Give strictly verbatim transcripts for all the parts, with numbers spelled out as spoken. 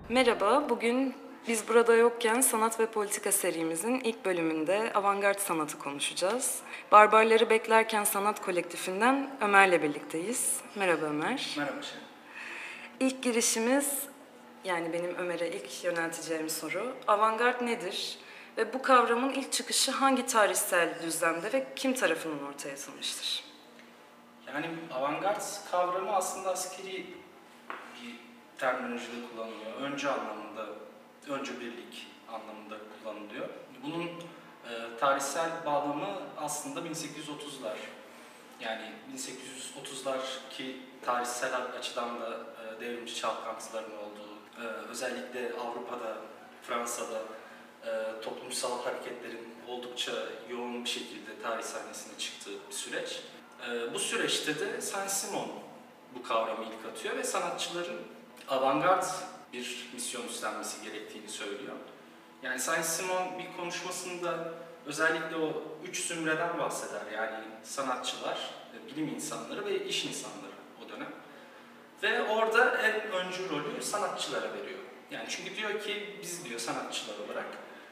Merhaba, bugün Biz Burada Yokken Sanat ve Politika serimizin ilk bölümünde avantgard sanatı konuşacağız. Barbarları Beklerken Sanat Kolektifinden Ömer'le birlikteyiz. Merhaba Ömer. Merhaba Şen. İlk girişimiz, yani benim Ömer'e ilk yönelteceğim soru, avantgard nedir? Ve bu kavramın ilk çıkışı hangi tarihsel düzlemde ve kim tarafından ortaya atılmıştır? Yani avantgard kavramı aslında askeri bir terminolojide kullanılıyor. Önce anlamında, önce birlik anlamında kullanılıyor. Bunun e, tarihsel bağlamı aslında bin sekiz yüz otuzlar. Yani bin sekiz yüz otuzlar ki tarihsel açıdan da e, devrimci çalkantıların olduğu, e, özellikle Avrupa'da, Fransa'da e, toplumsal hareketlerin oldukça yoğun bir şekilde tarih sahnesine çıktığı bir süreç. E, bu süreçte de Saint-Simon bu kavramı ilk atıyor ve sanatçıların avantgard bir misyon üstlenmesi gerektiğini söylüyor. Yani Saint-Simon bir konuşmasında özellikle o üç zümreden bahseder. Yani sanatçılar, bilim insanları ve iş insanları o dönem. Ve orada en öncü rolü sanatçılara veriyor. Yani çünkü diyor ki biz diyor sanatçılar olarak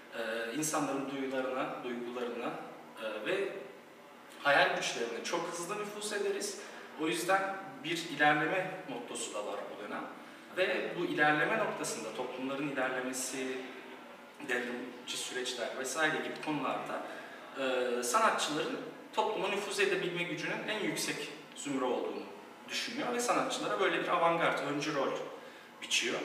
e, insanların duyularına, duygularına e, ve hayal güçlerine çok hızlı nüfuz ederiz. O yüzden bir ilerleme mottosu da var o dönem. Ve bu ilerleme noktasında toplumların ilerlemesi, devrimci süreçler vesaire gibi konularda e, sanatçıların topluma nüfuz edebilme gücünün en yüksek zümre olduğunu düşünüyor ve sanatçılara böyle bir avantgard, öncü rol biçiyor.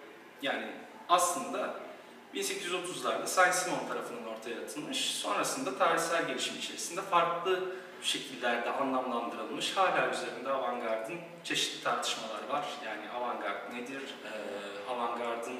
Yani aslında bin sekiz yüz otuzlarda Saint-Simon tarafından ortaya atılmış, sonrasında tarihsel gelişim içerisinde farklı şekillerde anlamlandırılmış, hala üzerinde avantgardın çeşitli tartışmalar var. Yani avantgard nedir, e, avantgardın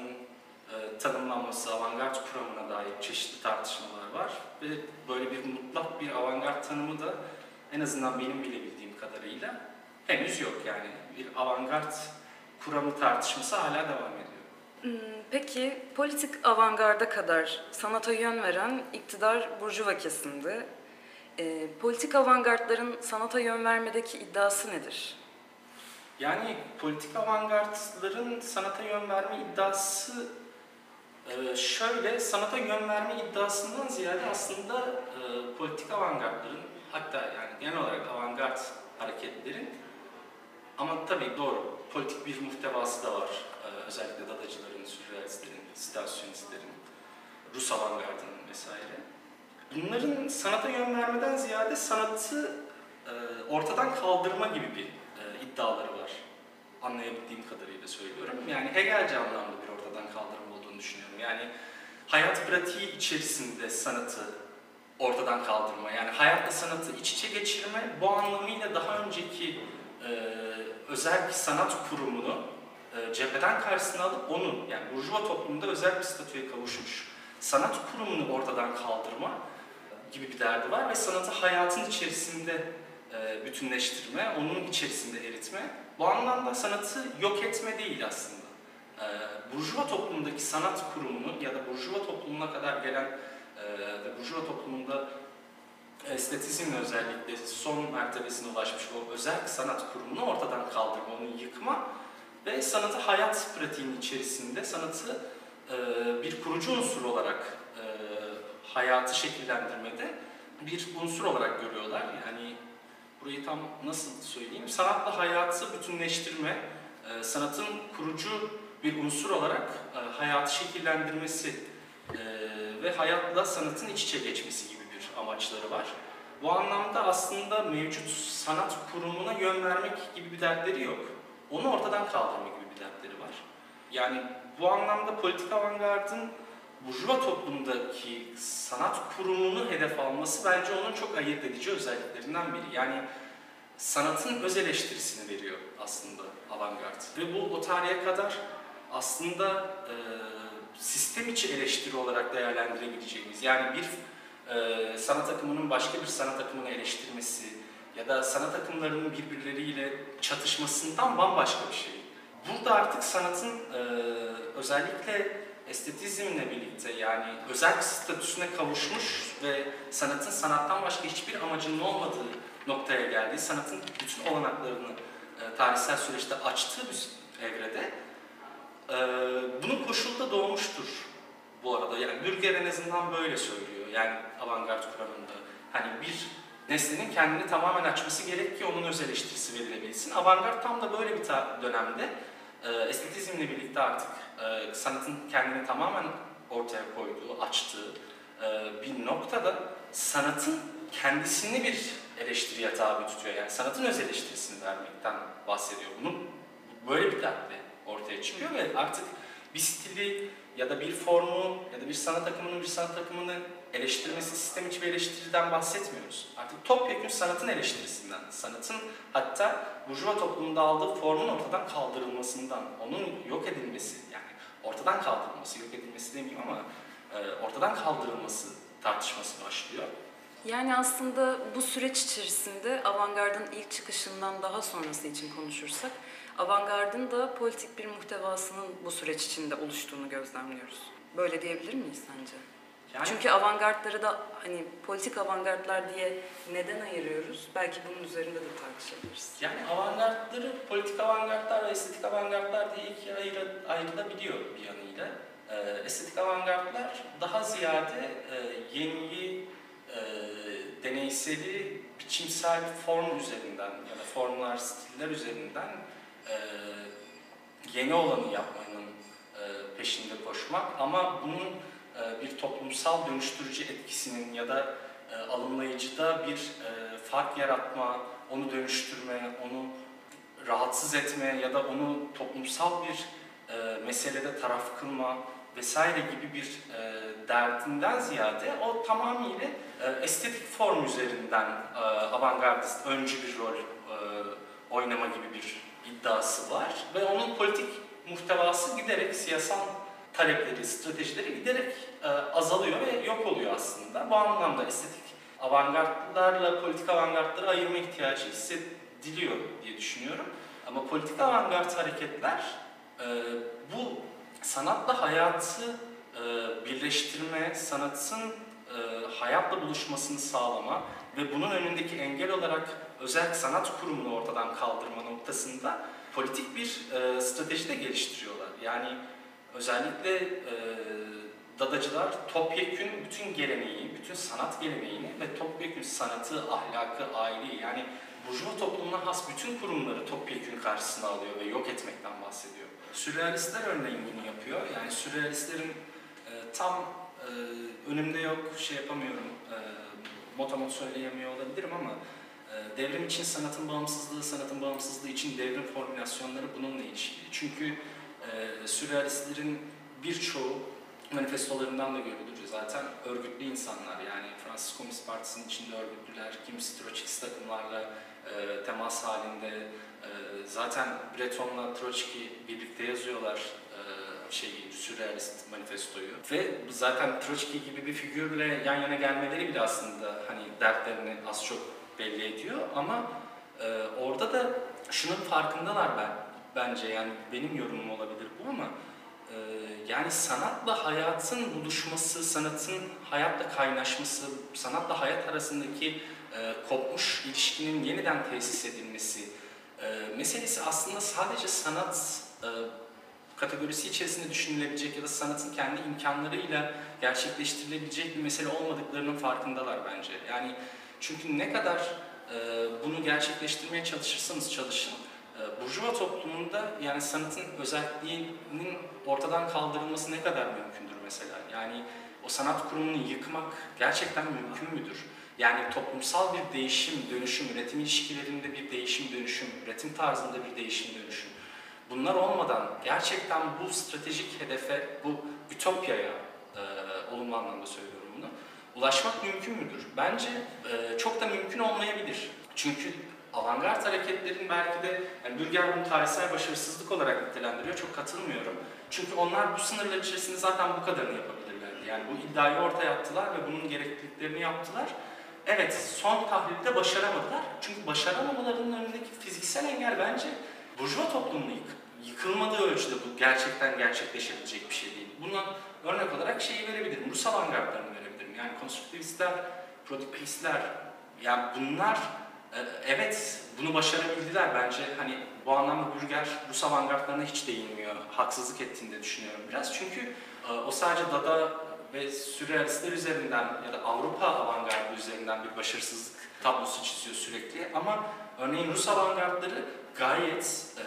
e, tanımlanması, avantgard kuramına dair çeşitli tartışmalar var. Ve böyle bir mutlak bir avantgard tanımı da en azından benim bilebildiğim kadarıyla henüz yok. Yani bir avantgard kuramı tartışması hala devam ediyor. Peki, politik avantgarda kadar sanata yön veren iktidar burjuva kesimdi. E, politik avantgardların sanata yön vermedeki iddiası nedir? Yani politik avantgardların sanata yön verme iddiası e, şöyle, sanata yön verme iddiasından ziyade aslında e, politik avantgardların, hatta yani genel olarak avantgard hareketlerin, ama tabii doğru, politik bir muhtevası da var. E, özellikle dadacıların, sürrealistlerin, situasyonistlerin, Rus avantgardının vesaire. Bunların sanata yön vermeden ziyade sanatı e, ortadan kaldırma gibi bir e, iddiaları var. Anlayabildiğim kadarıyla söylüyorum. Yani Hegelci anlamda bir ortadan kaldırma olduğunu düşünüyorum. Yani hayat pratiği içerisinde sanatı ortadan kaldırma, yani hayatla sanatı iç içe geçirme, bu anlamıyla daha önceki e, özel bir sanat kurumunu e, cepheden karşısına alıp onun, yani burjuva toplumunda özel bir statüye kavuşmuş sanat kurumunu ortadan kaldırma gibi bir derdi var ve sanatı hayatın içerisinde e, bütünleştirme, onun içerisinde eritme. Bu anlamda sanatı yok etme değil aslında. E, burjuva toplumundaki sanat kurumunu ya da burjuva toplumuna kadar gelen e, ve burjuva toplumunda estetizmle özellikle son mertebesine ulaşmış o özel sanat kurumunu ortadan kaldırma, onu yıkma ve sanatı hayat pratiğinin içerisinde sanatı e, bir kurucu unsur olarak e, hayatı şekillendirmede bir unsur olarak görüyorlar. Yani burayı tam nasıl söyleyeyim? Sanatla hayatı bütünleştirme, e, sanatın kurucu bir unsur olarak e, hayatı şekillendirmesi e, ve hayatla sanatın iç içe geçmesi gibi bir amaçları var. Bu anlamda aslında mevcut sanat kurumuna yön vermek gibi bir dertleri yok. Onu ortadan kaldırmak gibi bir dertleri var. Yani bu anlamda politik avantgardın burjuva toplumdaki sanat kurumunu hedef alması bence onun çok ayırt edici özelliklerinden biri. Yani sanatın öz eleştirisini veriyor aslında avantgard. Ve bu o tarihe kadar aslında e, sistem içi eleştiri olarak değerlendirebileceğimiz, yani bir e, sanat akımının başka bir sanat akımını eleştirmesi ya da sanat akımlarının birbirleriyle çatışmasından bambaşka bir şey. Burada artık sanatın e, özellikle estetizmle birlikte, yani özel statüsüne kavuşmuş ve sanatın sanattan başka hiçbir amacının olmadığı noktaya geldiği, sanatın bütün olanaklarını e, tarihsel süreçte açtığı bir evrede Ee, bunun koşulu da doğmuştur bu arada. Yani Bürger en azından böyle söylüyor. Yani avantgard kuramında. Hani bir nesnenin kendini tamamen açması gerek ki onun öz eleştirisi verilebilsin. Avantgard tam da böyle bir dönemde e, estetizmle birlikte artık e, sanatın kendini tamamen ortaya koyduğu, açtığı e, bir noktada sanatın kendisini bir eleştiriye tabi tutuyor. Yani sanatın öz eleştirisini vermekten bahsediyor. Bunun böyle bir dertle ortaya çıkıyor ve artık bir stili ya da bir formu ya da bir sanat akımının bir sanat akımını eleştirmesi, sistem içi bir eleştiriden bahsetmiyoruz. Artık topyekün sanatın eleştirisinden, sanatın hatta burjuva toplumunda aldığı formun ortadan kaldırılmasından, onun yok edilmesi, yani ortadan kaldırılması, yok edilmesi demeyeyim ama e, ortadan kaldırılması tartışması başlıyor. Yani aslında bu süreç içerisinde avantgardın ilk çıkışından daha sonrası için konuşursak, avantgardın da politik bir muhtevasının bu süreç içinde oluştuğunu gözlemliyoruz. Böyle diyebilir miyiz sence? Yani, çünkü avantgardları da hani politik avantgardlar diye neden ayırıyoruz? Belki bunun üzerinde de tartışabiliriz. Yani avantgardları politik avantgardlar ve estetik avantgardlar diye ikiye ayrı, ayrılabiliyor bir yanıyla. Ee, estetik avantgardlar daha ziyade e, yeniyi, e, deneyseli, biçimsel form üzerinden ya da formlar, stiller üzerinden e, yeni olanı yapmanın e, peşinde koşmak ama bunun e, bir toplumsal dönüştürücü etkisinin ya da e, alımlayıcıda bir e, fark yaratma, onu dönüştürme, onu rahatsız etme ya da onu toplumsal bir e, meselede taraf kılma vesaire gibi bir e, derdinden ziyade o tamamıyla e, estetik form üzerinden e, avantgardist, öncü bir rol e, oynama gibi bir iddiası var ve onun politik muhtevası giderek siyasal talepleri, stratejileri giderek e, azalıyor ve yok oluyor aslında. Bu anlamda estetik avantgardlarla politik avantgardları ayırma ihtiyacı hissediliyor diye düşünüyorum. Ama politik avantgard hareketler e, bu sanatla hayatı e, birleştirme, sanatın e, hayatla buluşmasını sağlama ve bunun önündeki engel olarak özel sanat kurumunu ortadan kaldırma noktasında politik bir e, strateji de geliştiriyorlar. Yani özellikle e, dadacılar topyekün bütün geleneği, bütün sanat geleneğini ve topyekün sanatı, ahlakı, aileyi yani burjuva toplumuna has bütün kurumları topyekün karşısına alıyor ve yok etmekten bahsediyor. Sürrealistler örneğin bunu yapıyor. Yani sürrealistlerin e, tam e, önümde yok, şey yapamıyorum, e, motomot söyleyemiyor olabilirim ama e, devrim için sanatın bağımsızlığı, sanatın bağımsızlığı için devrim formülasyonları bununla ilişkili. Çünkü e, sürrealistlerin birçoğu manifestolarından da görülür zaten örgütlü insanlar, yani Fransız Komünist Partisi'nin içinde örgütlüler, kimisi Troçkist takımlarla e, temas halinde, e, zaten Breton'la Troçki birlikte yazıyorlar e, şeyi, sürrealist manifestoyu ve zaten Troçki gibi bir figürle yan yana gelmeleri bile aslında hani dertlerini az çok belli ediyor ama e, orada da şunun farkındalar ben, bence yani benim yorumum olabilir bu ama yani sanatla hayatın buluşması, sanatın hayatla kaynaşması, sanatla hayat arasındaki e, kopmuş ilişkinin yeniden tesis edilmesi e, meselesi aslında sadece sanat e, kategorisi içerisinde düşünülebilecek ya da sanatın kendi imkanlarıyla gerçekleştirilebilecek bir mesele olmadıklarının farkındalar bence. Yani çünkü ne kadar e, bunu gerçekleştirmeye çalışırsanız çalışın, burjuva toplumunda yani sanatın özelliğinin ortadan kaldırılması ne kadar mümkündür mesela? Yani o sanat kurumunu yıkmak gerçekten mümkün müdür? Yani toplumsal bir değişim, dönüşüm, üretim ilişkilerinde bir değişim, dönüşüm, üretim tarzında bir değişim, dönüşüm. Bunlar olmadan gerçekten bu stratejik hedefe, bu ütopyaya, e, olumlu anlamda söylüyorum bunu, ulaşmak mümkün müdür? Bence e, çok da mümkün olmayabilir. Çünkü avantgard hareketlerin belki de, yani Bürger bunu tarihsel başarısızlık olarak nitelendiriyor, çok katılmıyorum. Çünkü onlar bu sınırlar içerisinde zaten bu kadarını yapabilirlerdi. Yani bu iddiayı ortaya attılar ve bunun gerekliliklerini yaptılar. Evet, son tahlilde başaramadılar. Çünkü başaramamalarının önündeki fiziksel engel bence burjuva toplumunun yık yıkılmadığı ölçüde bu gerçekten gerçekleşebilecek bir şey değil. Buna örnek olarak şeyi verebilirim, Rus avantgardlarını verebilirim. Yani konstruktivistler, produktivistler, yani bunlar E, Evet, bunu başarabildiler bence. Hani bu anlamda Bürger Rus avantgardlarına hiç değinmiyor. Haksızlık ettiğini de düşünüyorum biraz. Çünkü e, o sadece Dada ve sürrealistler üzerinden ya da Avrupa avantgardı üzerinden bir başarısızlık tablosu çiziyor sürekli. Ama örneğin Rus avantgardları gayet e,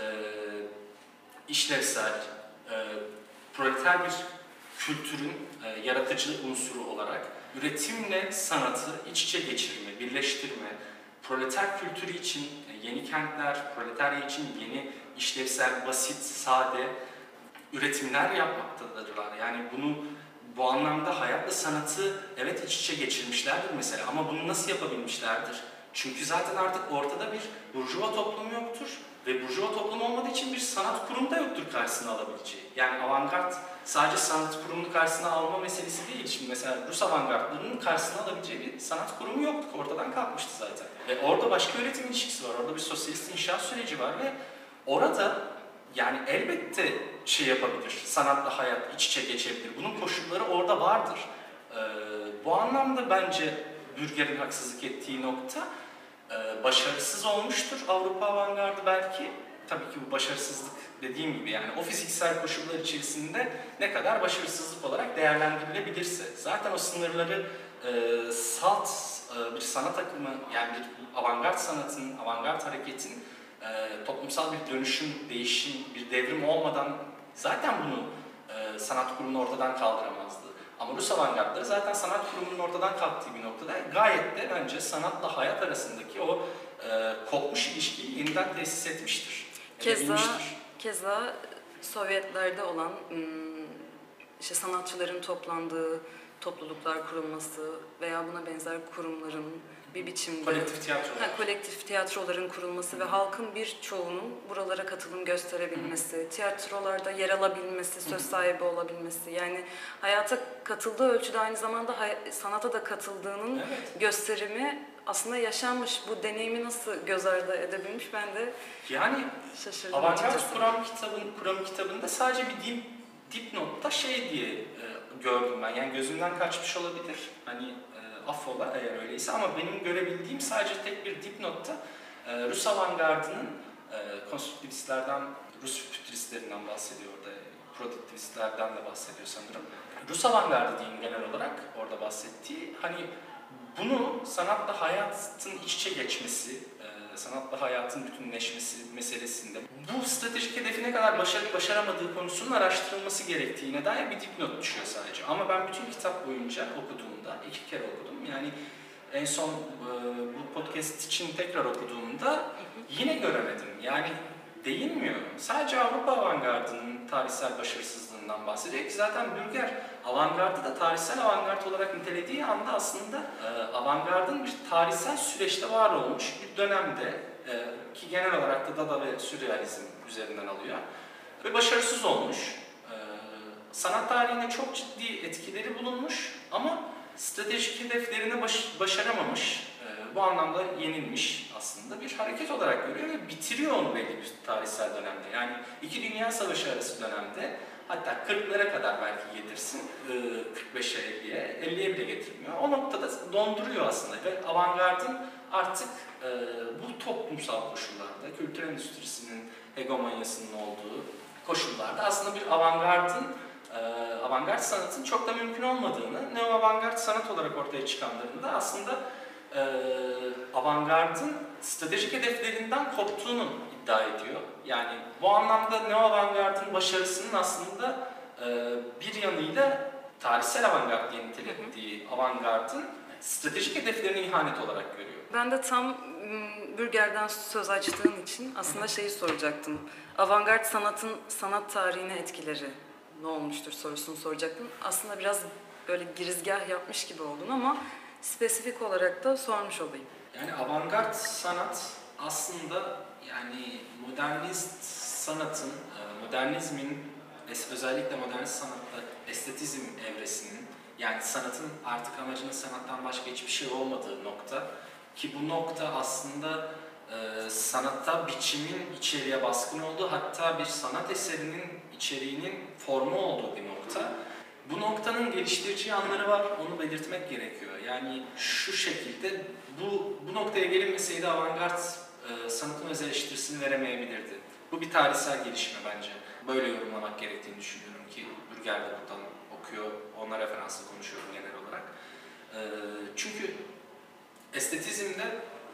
işlevsel, e, proleter bir kültürün e, yaratıcı unsuru olarak üretimle sanatı iç içe geçirme, birleştirme, proleter kültürü için yeni kentler, proletarya için yeni işlevsel, basit, sade üretimler yapmaktadırlar. Yani bunu bu anlamda hayatla sanatı evet iç içe geçirmişlerdir mesela ama bunu nasıl yapabilmişlerdir? Çünkü zaten artık ortada bir burjuva toplumu yoktur ve burjuva toplumu olmadığı için bir sanat kurumu da yoktur karşısına alabileceği. Yani avantgard sadece sanat kurumunu karşısına alma meselesi değil. Şimdi mesela Rus avantgardlarının karşısına alabileceği bir sanat kurumu yoktu. Ortadan kalkmıştı zaten. Ve orada başka üretim ilişkisi var. Orada bir sosyalist inşaat süreci var ve orada yani elbette şey yapabilir, sanatla hayat iç içe geçebilir. Bunun koşulları orada vardır. Ee, bu anlamda bence Bürger'in haksızlık ettiği nokta e, başarısız olmuştur Avrupa avantgardı belki. Tabii ki bu başarısızlık dediğim gibi yani o fiziksel koşullar içerisinde ne kadar başarısızlık olarak değerlendirilebilirse. Zaten o sınırları e, salt e, bir sanat akımı yani bir avantgard sanatın, avantgard hareketin e, toplumsal bir dönüşüm, değişim, bir devrim olmadan zaten bunu e, sanat kurumunu ortadan kaldıramazdı. Ama Rus avantgardları zaten sanat kurumunun ortadan kalktığı bir noktada gayet de bence sanatla hayat arasındaki o e, kopmuş ilişkiyi yeniden tesis etmiştir. Keza, keza Sovyetlerde olan işte sanatçıların toplandığı topluluklar kurulması veya buna benzer kurumların bir biçimde kolektif tiyatrolar. Ha, kolektif tiyatroların kurulması ve halkın birçoğunun buralara katılım gösterebilmesi, Hı. tiyatrolarda yer alabilmesi, söz sahibi olabilmesi, yani hayata katıldığı ölçüde aynı zamanda sanata da katıldığının evet. gösterimi aslında yaşanmış. Bu deneyimi nasıl göz ardı edebilmiş ben de yani şaşırdım. Avantgard Kuram kitabın kuramı kitabında sadece bir dip, dipnotta şey diye e, gördüm ben. Yani gözümden kaçmış olabilir. Hani e, affola eğer öyleyse ama benim görebildiğim sadece tek bir dipnotta e, Rus avantgardının e, konstruktivistlerden, Rus fütüristlerinden bahsediyor orada. Produktivistlerden de bahsediyor sanırım. Rus avantgardı diyeyim genel olarak orada bahsettiği. Hani bunu sanatla hayatın iç içe geçmesi, e, sanatla hayatın bütünleşmesi meselesinde bu stratejik hedefi ne kadar başarıp başaramadığı konusunun araştırılması gerektiğine dair bir dipnot düşüyor sadece. Ama ben bütün kitap boyunca okuduğumda, iki kere okudum. Yani en son e, bu podcast için tekrar okuduğumda yine göremedim. Yani değinmiyor. Sadece Avrupa avantgardının tarihsel başarısızlığından bahsediyor ki zaten Bürger avantgardı da tarihsel avantgard olarak nitelediği anda aslında e, avantgardın bir tarihsel süreçte var olmuş bir dönemde e, ki genel olarak da Dada ve sürrealizm üzerinden alıyor ve başarısız olmuş. E, sanat tarihine çok ciddi etkileri bulunmuş ama stratejik hedeflerini baş, başaramamış. Bu anlamda yenilmiş aslında bir hareket olarak görüyor ve bitiriyor onu belli bir tarihsel dönemde. Yani iki Dünya Savaşı arası dönemde hatta kırklara kadar belki getirsin, kırk beşe elliye, elliye bile getirmiyor. O noktada donduruyor aslında ve avantgardın artık bu toplumsal koşullarda, kültür endüstrisinin hegemonyasının olduğu koşullarda aslında bir avantgardın avantgard sanatın çok da mümkün olmadığını, neo-avantgard sanat olarak ortaya çıkanlarında aslında Ee, avantgardın stratejik hedeflerinden koptuğunu iddia ediyor. Yani bu anlamda neo-avantgardın başarısının aslında e, bir yanıyla tarihsel avantgard diye nitelettiği avantgardın stratejik hedeflerini ihanet olarak görüyor. Ben de tam Bürger'den söz açtığın için aslında şeyi soracaktım. Avantgard sanatın sanat tarihine etkileri ne olmuştur sorusunu soracaktım. Aslında biraz böyle girizgah yapmış gibi oldun ama spesifik olarak da sormuş olayım. Yani avantgard sanat aslında yani modernist sanatın, modernizmin, özellikle modernist sanatta estetizm evresinin yani sanatın artık amacının sanattan başka hiçbir şey olmadığı nokta ki bu nokta aslında e, sanatta biçimin içeriğe baskın olduğu hatta bir sanat eserinin içeriğinin formu olduğu bir nokta. Bu noktanın geliştirici yanları var, onu belirtmek gerekiyor. Yani şu şekilde, bu, bu noktaya gelinmeseydi avantgard e, sanatın öz eleştirisini veremeyebilirdi. Bu bir tarihsel gelişme bence. Böyle yorumlamak gerektiğini düşünüyorum ki Bürger de buradan okuyor, ona referansla konuşuyorum genel olarak. E, çünkü estetizmde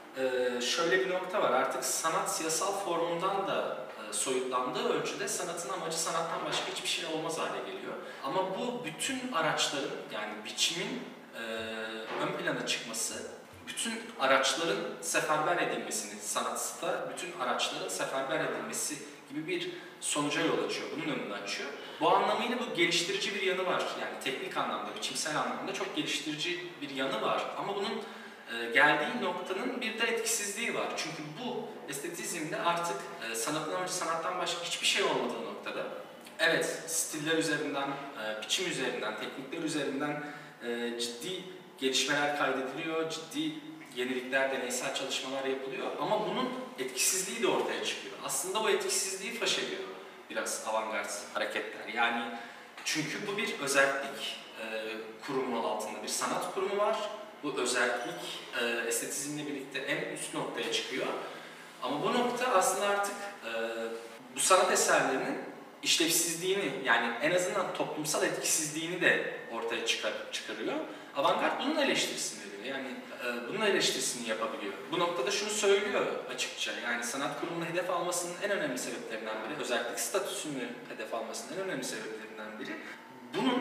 e, şöyle bir nokta var, artık sanat siyasal formundan da e, soyutlandığı ölçüde sanatın amacı sanattan başka hiçbir şey olmaz hale geliyor. Ama bu bütün araçların, yani biçimin e, ön plana çıkması, bütün araçların seferber edilmesini, sanatta bütün araçların seferber edilmesi gibi bir sonuca yol açıyor, bunun önünü açıyor. Bu anlamıyla bu geliştirici bir yanı var, yani teknik anlamda, biçimsel anlamda çok geliştirici bir yanı var. Ama bunun e, geldiği noktanın bir de etkisizliği var. Çünkü bu estetizmde artık e, sanatın amacı sanattan başka hiçbir şey olmadığı noktada, evet, stiller üzerinden, e, biçim üzerinden, teknikler üzerinden e, ciddi gelişmeler kaydediliyor, ciddi yenilikler, deneysel çalışmalar yapılıyor ama bunun etkisizliği de ortaya çıkıyor. Aslında bu etkisizliği faş ediyor biraz avantgard hareketler. Yani çünkü bu bir özellik e, kurumu altında bir sanat kurumu var. Bu özellik e, estetizmle birlikte en üst noktaya çıkıyor. Ama bu nokta aslında artık e, bu sanat eserlerinin işlevsizliğini, yani en azından toplumsal etkisizliğini de ortaya çıkar, çıkarıyor. Avantgard bunun eleştirisini veriyor. Yani e, bunun eleştirisini yapabiliyor. Bu noktada şunu söylüyor açıkça. Yani sanat kurumunu hedef almasının en önemli sebeplerinden biri, özellikle statüsünü hedef almasının en önemli sebeplerinden biri, bunun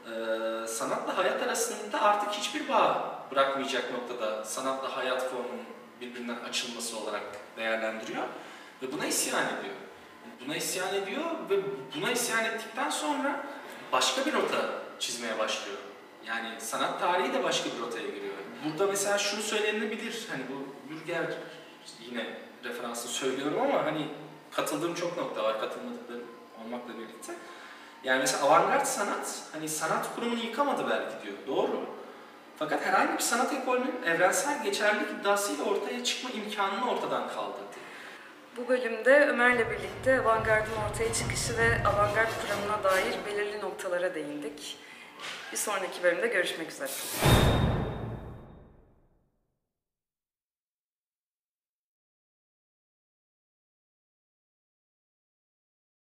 e, sanatla hayat arasında artık hiçbir bağ bırakmayacak noktada sanatla hayat formunun birbirinden açılması olarak değerlendiriyor ve buna isyan ediyor. Buna isyan ediyor ve buna isyan ettikten sonra başka bir rota çizmeye başlıyor. Yani sanat tarihi de başka bir rotaya giriyor. Burada mesela şunu söylenebilir, hani bu Bürger yine referansı söylüyorum ama hani katıldığım çok nokta var, katılmadıklarım olmakla birlikte. Yani mesela avantgard sanat, hani sanat kurumunu yıkamadı belki diyor, doğru. Fakat herhangi bir sanat ekolünün evrensel geçerlilik iddiasıyla ortaya çıkma imkanını ortadan kaldırdı. Bu bölümde Ömer'le birlikte avantgardın ortaya çıkışı ve avantgard kuramına dair belirli noktalara değindik. Bir sonraki bölümde görüşmek üzere.